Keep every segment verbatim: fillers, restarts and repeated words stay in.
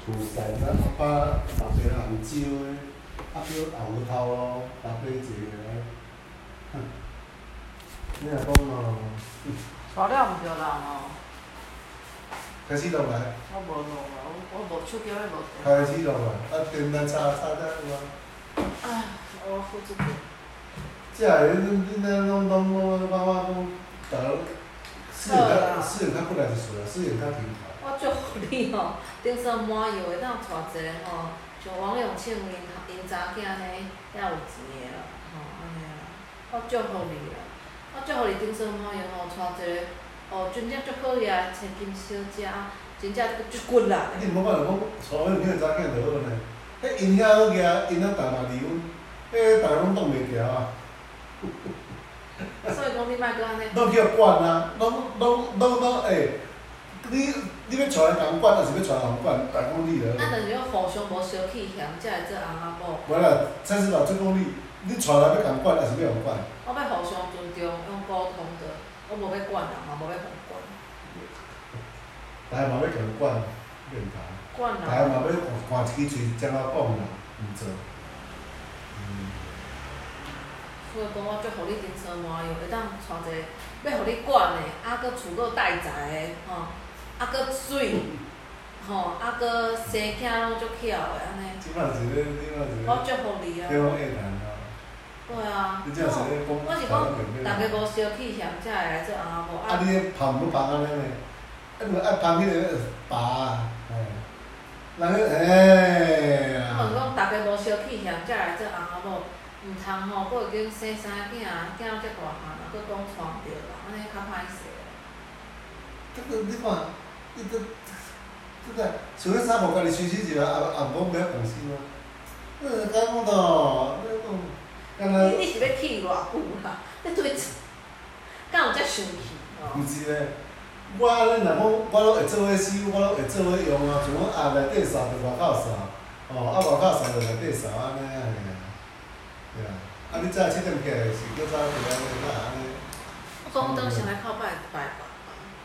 厝西咱把六块红椒的，啊叫红芋头咯，搭配一个来，哼，你若讲哦， 材料毋对人哦。 开始落来。 我无落啊，我我无手机，我无电。 开始落来，啊电来炒炒得有啊。 唉，我负责点。 即个恁恁安拢拢拢妈妈讲，逐个适应较适应较不来一岁啊，适应较平凡。 我祝福你吼，顶山满意会当带一个吼，像王永庆因因查囝呢，遐有钱的啦，吼安尼啦。我祝福你啦，我祝福你顶山满意吼，带一个哦，真正足好呀，千金小姐，真正足骨力。 你毋好讲着讲带迄两个查囝就好呢，迄因遐好举，因仔逐嘛离婚，迄逐个拢挡袂牢啊。 所以讲你莫搁安尼。 拢叫管啊，拢拢拢拢诶，你你要带人管，还是要带人管？逐讲你了。 咱就是要互相无小气嫌，才会做翁仔某。 无啦，蔡司老即讲你，你带人要共管，还是要共管？ 我要互相尊重，用沟通的，我无要管人，嘛无要互管。 大家嘛要共管，免谈。 管人。 大家嘛要看一支喙怎啊讲啦，毋做。嗯。 所以讲，我足互你顶山满意，会当带一个要互你管的，啊，搁厝搁带财的，吼，啊，搁水，吼，啊，搁生囝拢足巧的安尼。 即摆是咧，即摆是咧。 我祝福你啊。 对方爱谈啊。 对啊。 你这是咧讲。 我是讲，大家无小气嫌，才会来做翁仔某。 啊，你咧芳要芳安尼呢？啊，著爱芳迄个拔，嘿。人个嘿。 我是讲，大家无小气嫌，才来做翁仔某。毋通吼，佫已经生三囝，囝遮大汉啊，佫讲娶毋着人，安尼较歹势。 这个你看，你这这个像迄三无家己吹起一个，也也无袂晓共心啊。呃，甲讲喏，你讲，敢若。 你你是要气偌久啦？你对，敢有遮生气哦？ 毋是咧，我安尼若讲，我拢会做伙收，我拢会做伙用啊。像我盒内底扫着外口扫，哦，啊外口扫着内底扫安尼啊，嘿啊。对啊，啊！你早七点起来是搁早起来那安尼。 我讲我当时来靠拜拜吧，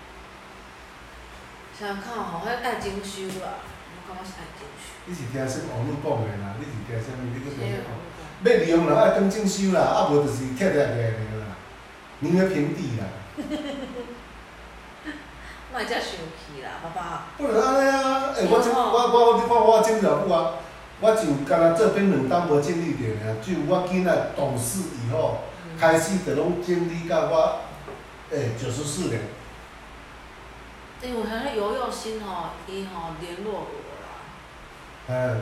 想靠吼，迄爱精修啦，我感觉是爱精修。 你是听什网络讲的啦？你是听啥物？你搁听啥？要利用人爱当精修啦，啊无就是拆拆起来啦，宁愿平地啦。 莫会遮生气啦，爸爸。 不能安尼啊！诶，我真我我你看我真了久啊！我就干那这边两当无经历着尔，就我囡仔懂事以后，开始就拢经历到我，诶，九十四年。 因为迄游泳心吼，伊吼联络我啦。 哎。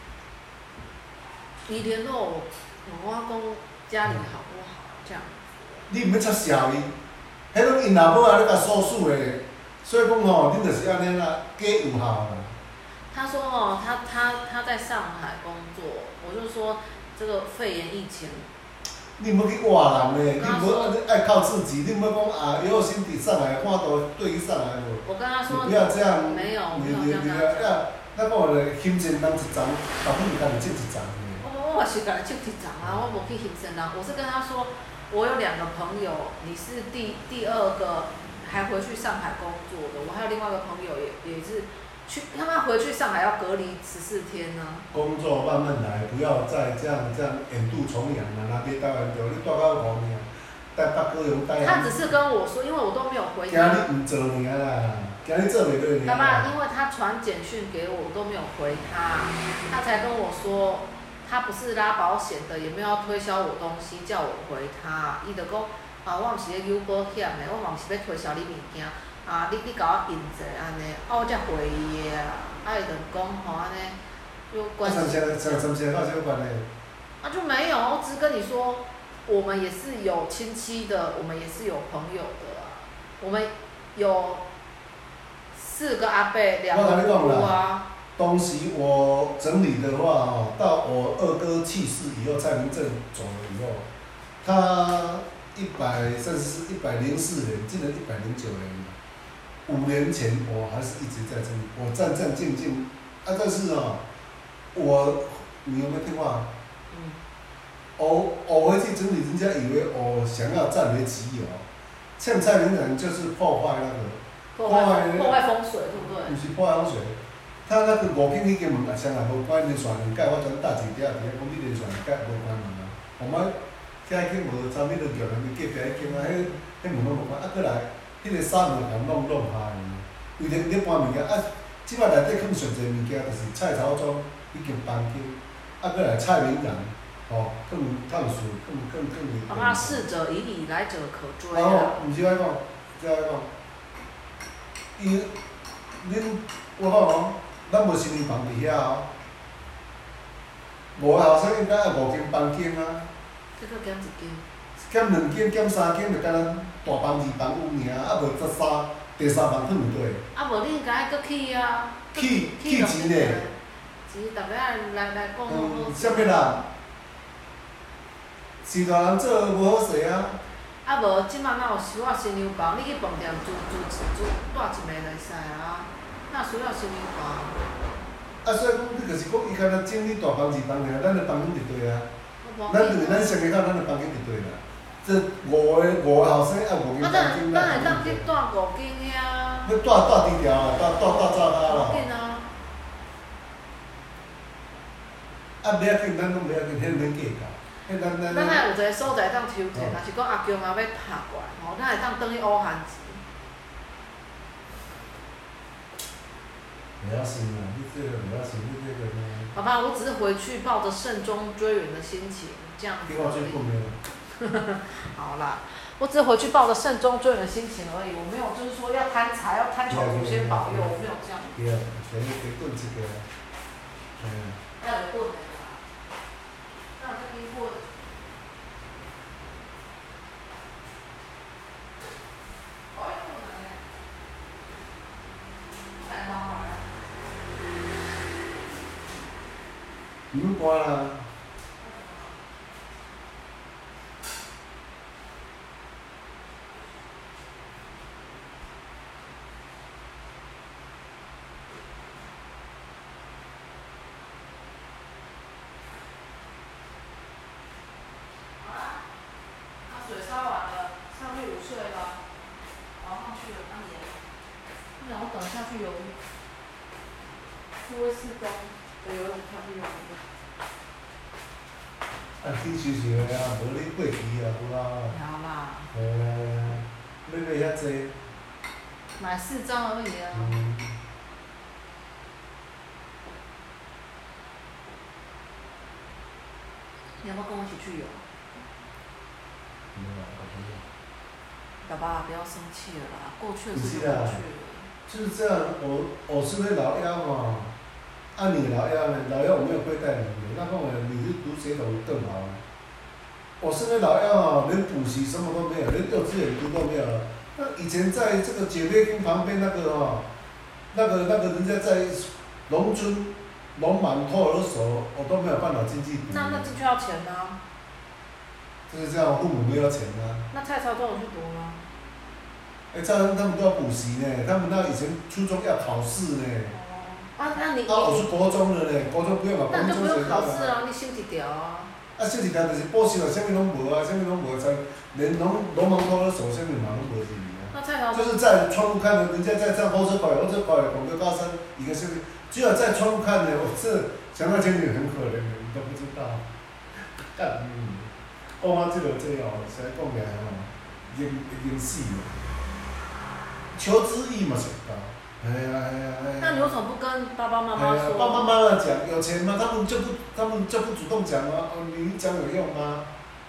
伊联络我，问我讲家里好不好这样。 你毋要插笑伊，迄拢因老母啊咧甲诉诉诶，所以讲吼，恁就是安尼啦，假有效啦。 他说哦，他他他在上海工作，我就说这个肺炎疫情。 你毋要去话人嘞，你无爱靠自己，你毋要讲啊，以后先伫上海看到对去上海无。 我跟他说。 不要这样。 没有，没有这样讲。 那讲咧，心情人一丛，大部分家己种一丛。 我我嘛是家己种一丛啊，我无去心情人。我是跟他说，我有两个朋友，你是第第二个还回去上海工作的，我还有另外一个朋友也也是。去，他们回去上海要隔离十四天呢。 工作慢慢来，不要再这样这样远渡重洋啦，那边台湾着，你住到外面，台北高雄台。 他只是跟我说，因为我都没有回他。 惊你毋做尔啦，惊你做袂过尔。 爸爸，因为他传简讯给我，我都没有回他，他才跟我说，他不是拉保险的，也没有要推销我东西，叫我回他。伊就讲，啊，我毋是咧有保险的，我嘛毋是要推销你物件。啊！你你甲我应者安尼，啊我才回伊个啊，啊伊就讲吼安尼，就关系。啊， 什么什么什么什么有关系？ 啊就没有，我只是跟你说，我们也是有亲戚的，我们也是有朋友的啊，我们有四个阿伯，两个姑姑啊。 东西我整理的话哦，到我二哥去世以后，蔡明正走了以后，他一百甚至是一百零四年，今年一百零九年。五年前我还是一直在这里，我战战兢兢，啊，但是哦，我你有没有听话？ 嗯。 我我回去整理，人家以为我想要占为己有，欠债人人就是破坏那个。 破坏破坏风水，对不对？ 不是破坏风水， 他那个五间迄间门也双也无关连续两届，我全搭一条，伫遐讲你连续两届无关门啊。后摆遐迄间无参与着叫人去隔壁迄间啊，迄迄门拢无关，啊，过来迄个纱门甲弄弄下尔。为着咧搬物件，啊，即摆内底放上侪物件，就是菜头庄已经搬去，啊，过来蔡明洋，吼，放烫水，放放放去。 好吧，逝者已矣，来者可追啊。 啊。 毋是安讲，是安讲，伊，恁我讲哦，咱无新年房伫遐哦，五个后生应该爱五间房间啊。 这个减一间。 减两间，减三间，就敢若大房二房有尔，啊无十三，第三房忝对。 啊无你应该搁去啊。 去去钱嘞。 钱，逐个来来来讲好好。 嗯，啥物人？是大人做无好势啊。 啊无，即摆哪有收啊新娘房？你去饭店住住住住一暝就会使啊。哪需要新娘房？ 啊，所以讲，你就是讲，伊敢若整理大房二房尔，咱的房间就对啊。咱就是咱上个口，咱的房间就对啦。这五个五个后生啊，五间房间， 咱会当去住五间呀。 要住住低调啊，住住住早下啦。 无紧啊。 啊，不要紧，咱拢不要紧，迄免计较。迄咱咱。 咱还有一个所在当抽摕，若是讲阿强也要拍过来，吼，咱会当转去乌汉子。 不要心啊！你这个不要心，你这个呢？ 好吧，我只是回去抱着慎终追远的心情，这样子而已。好啦，我只是回去抱着慎终追远的心情而已，我没有就是说要贪财，要贪求祖先保佑，我没有这样。 对啊，全部给棍子给。嗯。 要有棍的啦，要有这根棍。 唔用关啦。 好啦，那水烧完了，上去午睡了，然后上去了，那你，不然我等下去游泳，去威士中。游泳跳去游泳。 啊，去休息下啊，无你过期啊，有啦。 有啦。 嘿啊，你买遐济。 买四张而已啊。 嗯。 你要不要跟我一起去游？ 没有，我不要。 爸爸，不要生气了啦，过去的事就过去了。 就是这样，我我是那老幺嘛。啊，你老幺呢？老幺我没有亏待你，那后来你是读协同更好。我身边老幺啊，连补习什么都没有，连幼稚园读都没有。那以前在这个姐妹宫旁边那个哦，那个那个人家在农村农满托儿所，我都没有办法进去读。 那那进去要钱吗？ 就是这样，父母没有钱啊。 那蔡超都有去读吗？ 哎，这样他们都要补习呢，他们那以前初中要考试呢。 啊，那你。 啊，我是国中的呢，国中不用啊，国中那就不用考试啊。 啊，你修一条啊。 啊，修一条就是补习了，啥物拢无啊，啥物拢无，才连农农忙托儿所啥物嘛拢无去啊。 那蔡超。 就是在窗户看的，人家在这火车跑，火车跑，广州高山一个是，只有在窗户看的，我是想到前女很可怜的，你都不知道。干嗯，我妈这个这哦，实在讲起来哦，已经已经死了。求知欲嘛是高。哎呀哎呀哎呀！ 那你为什么不跟爸爸妈妈说？ 爸爸妈妈讲有钱吗？他们就不，他们就不主动讲吗？哦，你讲有用吗？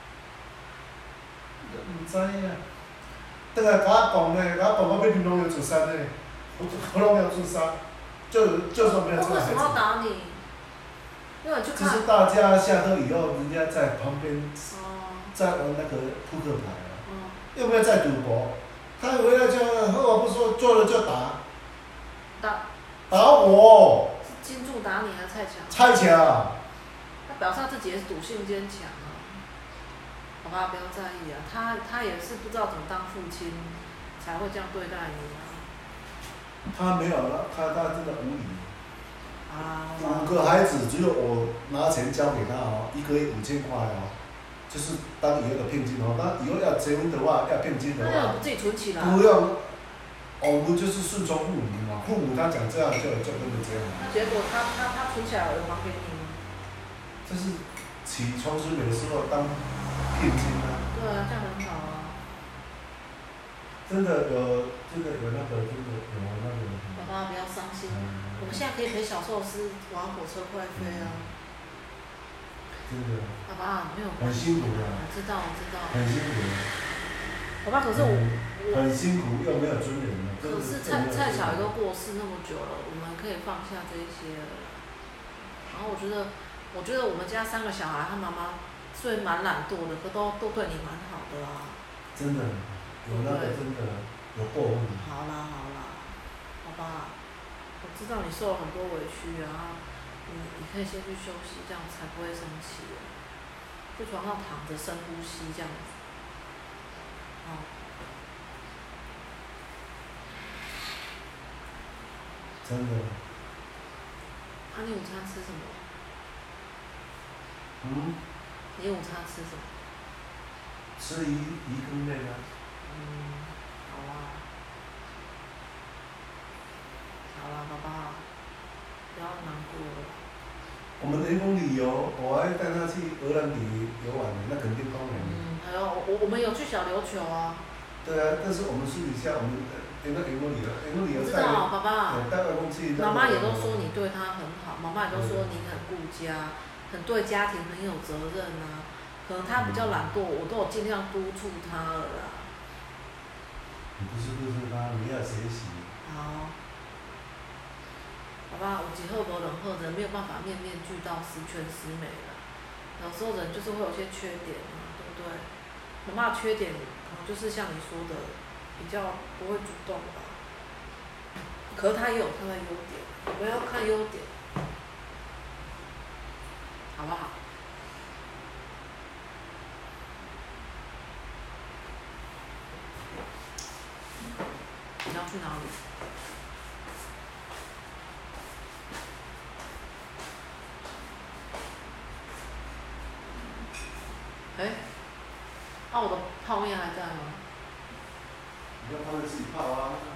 唔知啊。倒来甲我讲咧，甲我讲我要去农业出山咧，我我农业出山，就就说没有这个孩子。 为什么要打你？因为你去看。 就是大家下课以后，人家在旁边， 哦。 在玩那个扑克牌啊。 嗯。 要不要在赌博？他回来就二话不说，做了就打。 打。 打我。 是金柱打你还是蔡强？ 蔡强。 他表示他自己也是赌性坚强啊。好吧，不要在意啊，他他也是不知道怎么当父亲，才会这样对待你啊。 他没有了，他他真的无理。 啊。 五个孩子，只有我拿钱交给他哦，一个月五千块哦，就是当以后的聘金哦。那以后要结婚的话，要聘金的话。 那你不自己存起来？ 不用，我们就是顺从父母嘛， 父母他讲这样就就跟着这样。 那结果他他他存起来有还给你吗？ 这是起床水美的时候当聘金啊。 对啊，这样很好啊。 真的有，真的有那个，真的有那个。 爸爸不要伤心， 嗯、 我们现在可以陪小寿司玩火车快飞啊。 真的。 爸爸没有关系。 很辛苦的。 我知道，我知道。 很辛苦。 爸爸，可是我、嗯、 我很辛苦又没有尊严的。 可是蔡蔡小也都过世那么久了，我们可以放下这一些了。然后我觉得，我觉得我们家三个小孩，他妈妈虽然蛮懒惰的，可都都对你蛮好的啦。 真的。有那个真的有过问。 好啦好啦，好吧，我知道你受了很多委屈啊，你你可以先去休息，这样才不会生气。去床上躺着深呼吸这样子。好。 真的。 啊，你午餐吃什么？ 嗯。 你午餐吃什么？ 吃鱼鱼羹面啊。 嗯，好啊，好啦，爸爸，不要难过了。 我们员工旅游，我还带他去荷兰比游玩呢，那肯定公园。 嗯，还有我我们有去小琉球啊。 对啊，但是我们私底下我们那个员工旅游，员工旅游带。 我知道，爸爸。 带外公去。 妈妈也都说你对他很好，妈妈也都说你很顾家，很对家庭很有责任啊。可能他比较懒惰，我都有尽量督促他了啦。 你不是督促他，你要学习。 好。好吧，有时候无两好，人没有办法面面俱到、十全十美了。有时候人就是会有些缺点嘛，对不对？妈妈的缺点可能就是像你说的，比较不会主动吧。可是她也有她的优点，我们要看优点，好不好？你要去哪里？哎、欸，啊，我的泡面还在吗？ 你要泡面自己泡啊。